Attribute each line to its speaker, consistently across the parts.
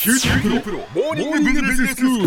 Speaker 1: 九州大学モーニングビジネススクール。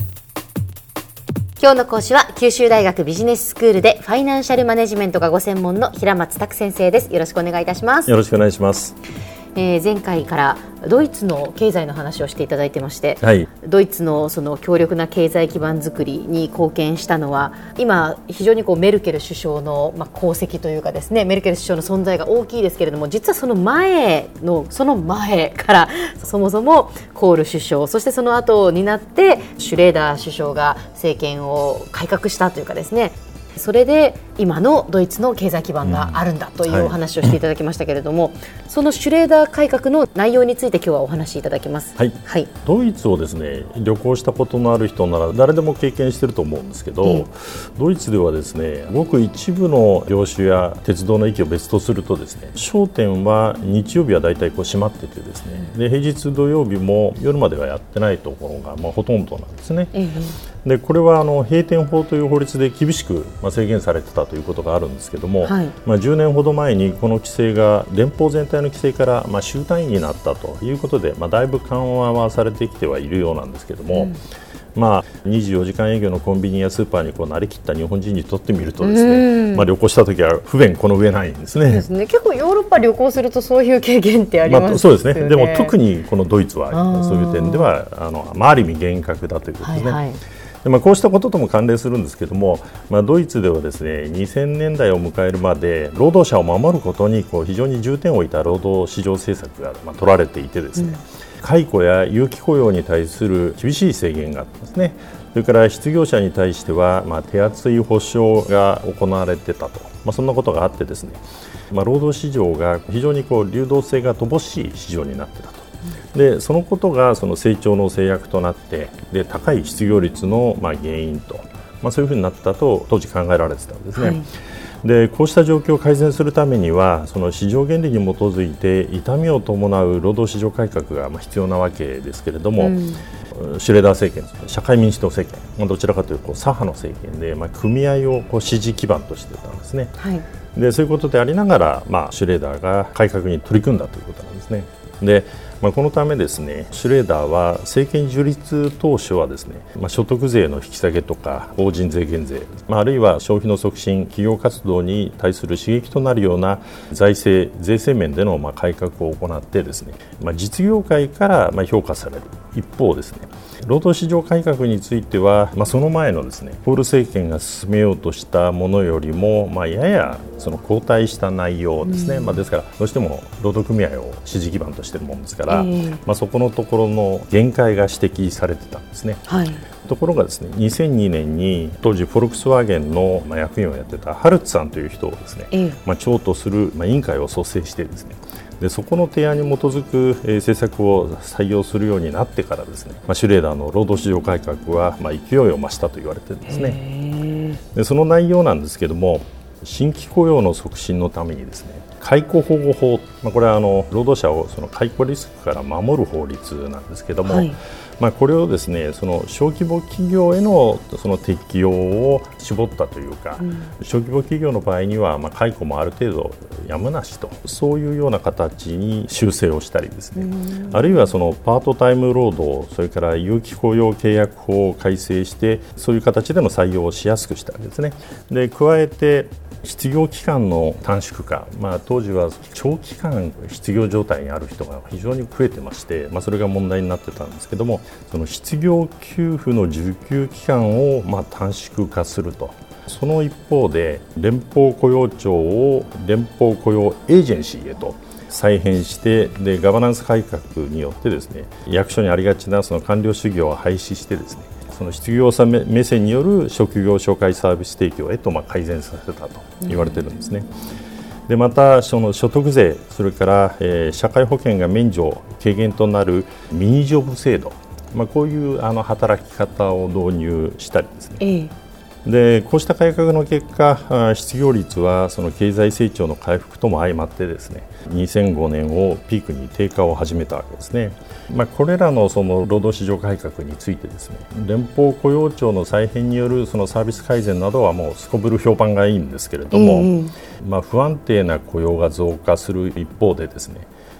Speaker 2: 今日の講師は九州大学ビジネススクールでファイナンシャルマネジメントがご専門の平松卓先生です。よろしくお願いいたします。
Speaker 3: よろしくお願いします。
Speaker 2: 前回からドイツの経済の話をしていただいてまして、
Speaker 3: はい、
Speaker 2: ドイツのその強力な経済基盤づくりに貢献したのは今非常にメルケル首相の功績というかですね、メルケル首相の存在が大きいですけれども、実はその前からそもそもコール首相、そしてその後になってシュレーダー首相が政権を改革したというかですね、それで今のドイツの経済基盤があるんだというお話をしていただきましたけれども、そのシュレーダー改革の内容について今日はお話しいただきます。
Speaker 3: はいはい、ドイツをですね、旅行したことのある人なら誰でも経験していると思うんですけど、ドイツではですね、ごく一部の業種や鉄道の駅を別とするとですね、商店は日曜日はだいたい閉まっててですね、で平日土曜日も夜まではやってないところがほとんどなんですね。でこれは閉店法という法律で厳しく制限されてたということがあるんですけども、10年ほど前にこの規制が連邦全体の規制から州単位になったということで、だいぶ緩和はされてきてはいるようなんですけども、24時間営業のコンビニやスーパーになりきった日本人にとってみるとですね、旅行したときは不便この上ないんですね。
Speaker 2: 結構ヨーロッパ旅行するとそういう経験ってありますよね。
Speaker 3: そうですね。でも特にこのドイツはそういう点ではある意味厳格だということですね。でこうしたこととも関連するんですけども、ドイツではですね、2000年代を迎えるまで労働者を守ることに非常に重点を置いた労働市場政策が取られていてですね、解雇や有期雇用に対する厳しい制限があったんですね。それから失業者に対しては手厚い保障が行われていたと、そんなことがあってですね、労働市場が非常に流動性が乏しい市場になっていたと。でそのことがその成長の制約となって、で高い失業率の原因と、そういうふうになったと当時考えられていたんですね。でこうした状況を改善するためには、その市場原理に基づいて痛みを伴う労働市場改革が必要なわけですけれども、シュレーダー政権、社会民主党政権、どちらかというと左派の政権で、組合を支持基盤としていたんですね。でそういうことでありながら、シュレーダーが改革に取り組んだということなんですね。でこのためですね、シュレーダーは政権樹立当初はですね、所得税の引き下げとか法人税減税、あるいは消費の促進、企業活動に対する刺激となるような財政、税制面での改革を行ってですね、実業界から評価される一方ですね、労働市場改革については、その前のですね、コール政権が進めようとしたものよりも、ややその後退した内容ですね。ですからどうしても労働組合を支持基盤としているものですから、そこのところの限界が指摘されてたんですね。ところがですね、2002年に当時フォルクスワーゲンの役員をやってたハルツさんという人をですね、長とする委員会を創成してですね、でそこの提案に基づく政策を採用するようになってからですね、シュレーダーの労働市場改革は勢いを増したと言われているんですね。でその内容なんですけども、新規雇用の促進のためにですね、解雇保護法、これは労働者をその解雇リスクから守る法律なんですけども、これをですね、その小規模企業へのその適用を絞ったというか、小規模企業の場合には解雇もある程度やむなしと、そういうような形に修正をしたりですね、あるいはそのパートタイム労働、それから有期雇用契約法を改正して、そういう形での採用をしやすくしたわけですね。で加えて失業期間の短縮化、当時は長期間失業状態にある人が非常に増えてまして、それが問題になってたんですけども、その失業給付の受給期間を短縮化すると。その一方で連邦雇用庁を連邦雇用エージェンシーへと再編して、でガバナンス改革によってですね、役所にありがちなその官僚主義を廃止してですね、その失業者目線による職業紹介サービス提供へと改善させたと言われているんですね。でまたその所得税、それから、社会保険が免除軽減となるミニジョブ制度、こういう働き方を導入したりですね、でこうした改革の結果、失業率はその経済成長の回復とも相まってですね、2005年をピークに低下を始めたわけですね。これらのその労働市場改革についてですね、連邦雇用庁の再編によるそのサービス改善などはもうすこぶる評判がいいんですけれども、不安定な雇用が増加する一方でですね、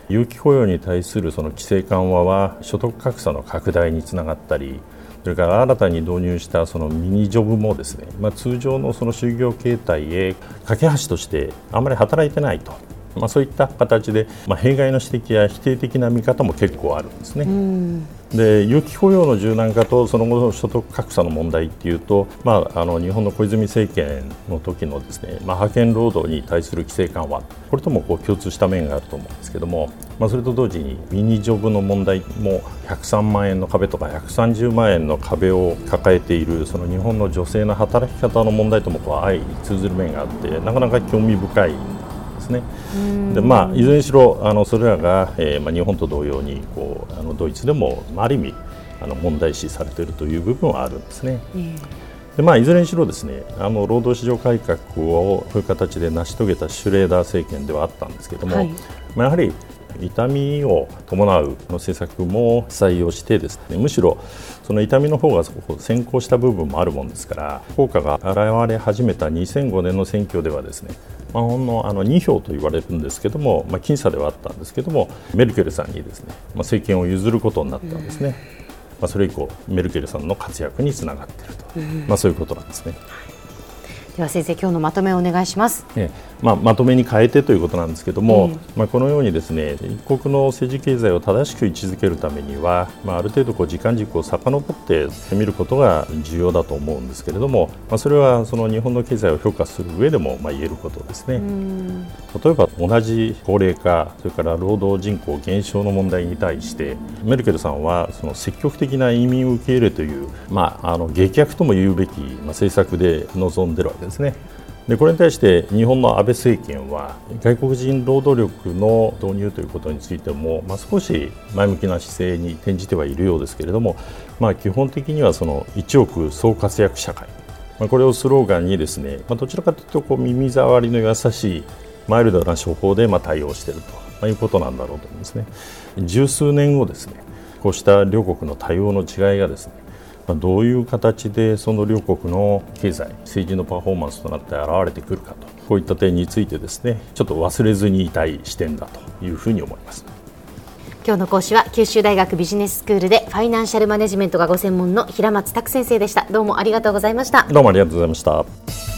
Speaker 3: 有期雇用に対するその規制緩和は所得格差の拡大につながったり、それから新たに導入したそのミニジョブもですね、通常のその就業形態へ架け橋としてあまり働いてないと、そういった形で、弊害の指摘や否定的な見方も結構あるんですね。で、有期雇用の柔軟化とその後の所得格差の問題っていうと、日本の小泉政権の時のですね、派遣労働に対する規制緩和、これとも共通した面があると思うんですけども、それと同時にミニジョブの問題も103万円の壁とか130万円の壁を抱えているその日本の女性の働き方の問題とも相通ずる面があって、なかなか興味深いですね。で、いずれにしろそれらが、日本と同様にドイツでもある意味問題視されているという部分はあるんですね。で、いずれにしろですね、労働市場改革をこういう形で成し遂げたシュレーダー政権ではあったんですけれども、やはり痛みを伴う政策も採用してですね、むしろその痛みの方が先行した部分もあるものですから、効果が現れ始めた2005年の選挙ではですね、ほんの2票と言われるんですけども、僅差ではあったんですけども、メルケルさんにですね、政権を譲ることになったんですね。それ以降メルケルさんの活躍につながっていると、そういうことなんですね。
Speaker 2: では先生、今日のまとめをお願いします。
Speaker 3: まとめに変えてということなんですけども、このようにですね、一国の政治経済を正しく位置づけるためには、ある程度時間軸を遡って見ることが重要だと思うんですけれども、それはその日本の経済を評価する上でも言えることですね。例えば同じ高齢化、それから労働人口減少の問題に対してメルケルさんはその積極的な移民受け入れという、劇薬とも言うべき政策で臨んでいるわけですね。で、これに対して日本の安倍政権は外国人労働力の導入ということについても、少し前向きな姿勢に転じてはいるようですけれども、基本的にはその一億総活躍社会、これをスローガンにですね、どちらかというと耳障りの優しいマイルドな手法で対応しているということなんだろうと思うんですね。十数年後ですね、こうした両国の対応の違いがですね、どういう形でその両国の経済、政治のパフォーマンスとなって現れてくるかと、こういった点についてですね、ちょっと忘れずにいたい視点だというふうに思います。
Speaker 2: 今日の講師は九州大学ビジネススクールでファイナンシャルマネジメントがご専門の平松卓先生でした。どうもありがとうございました。
Speaker 3: どうもありがとうございました。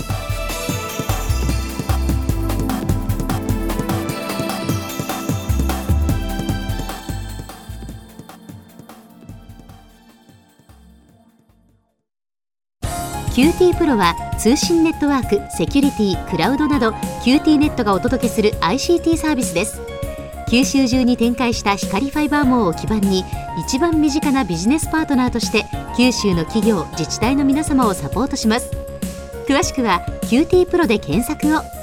Speaker 4: QT プロは通信ネットワーク、セキュリティ、クラウドなど QT ネットがお届けする ICT サービスです。九州中に展開した光ファイバー網を基盤に一番身近なビジネスパートナーとして九州の企業、自治体の皆様をサポートします。詳しくは QT プロで検索を。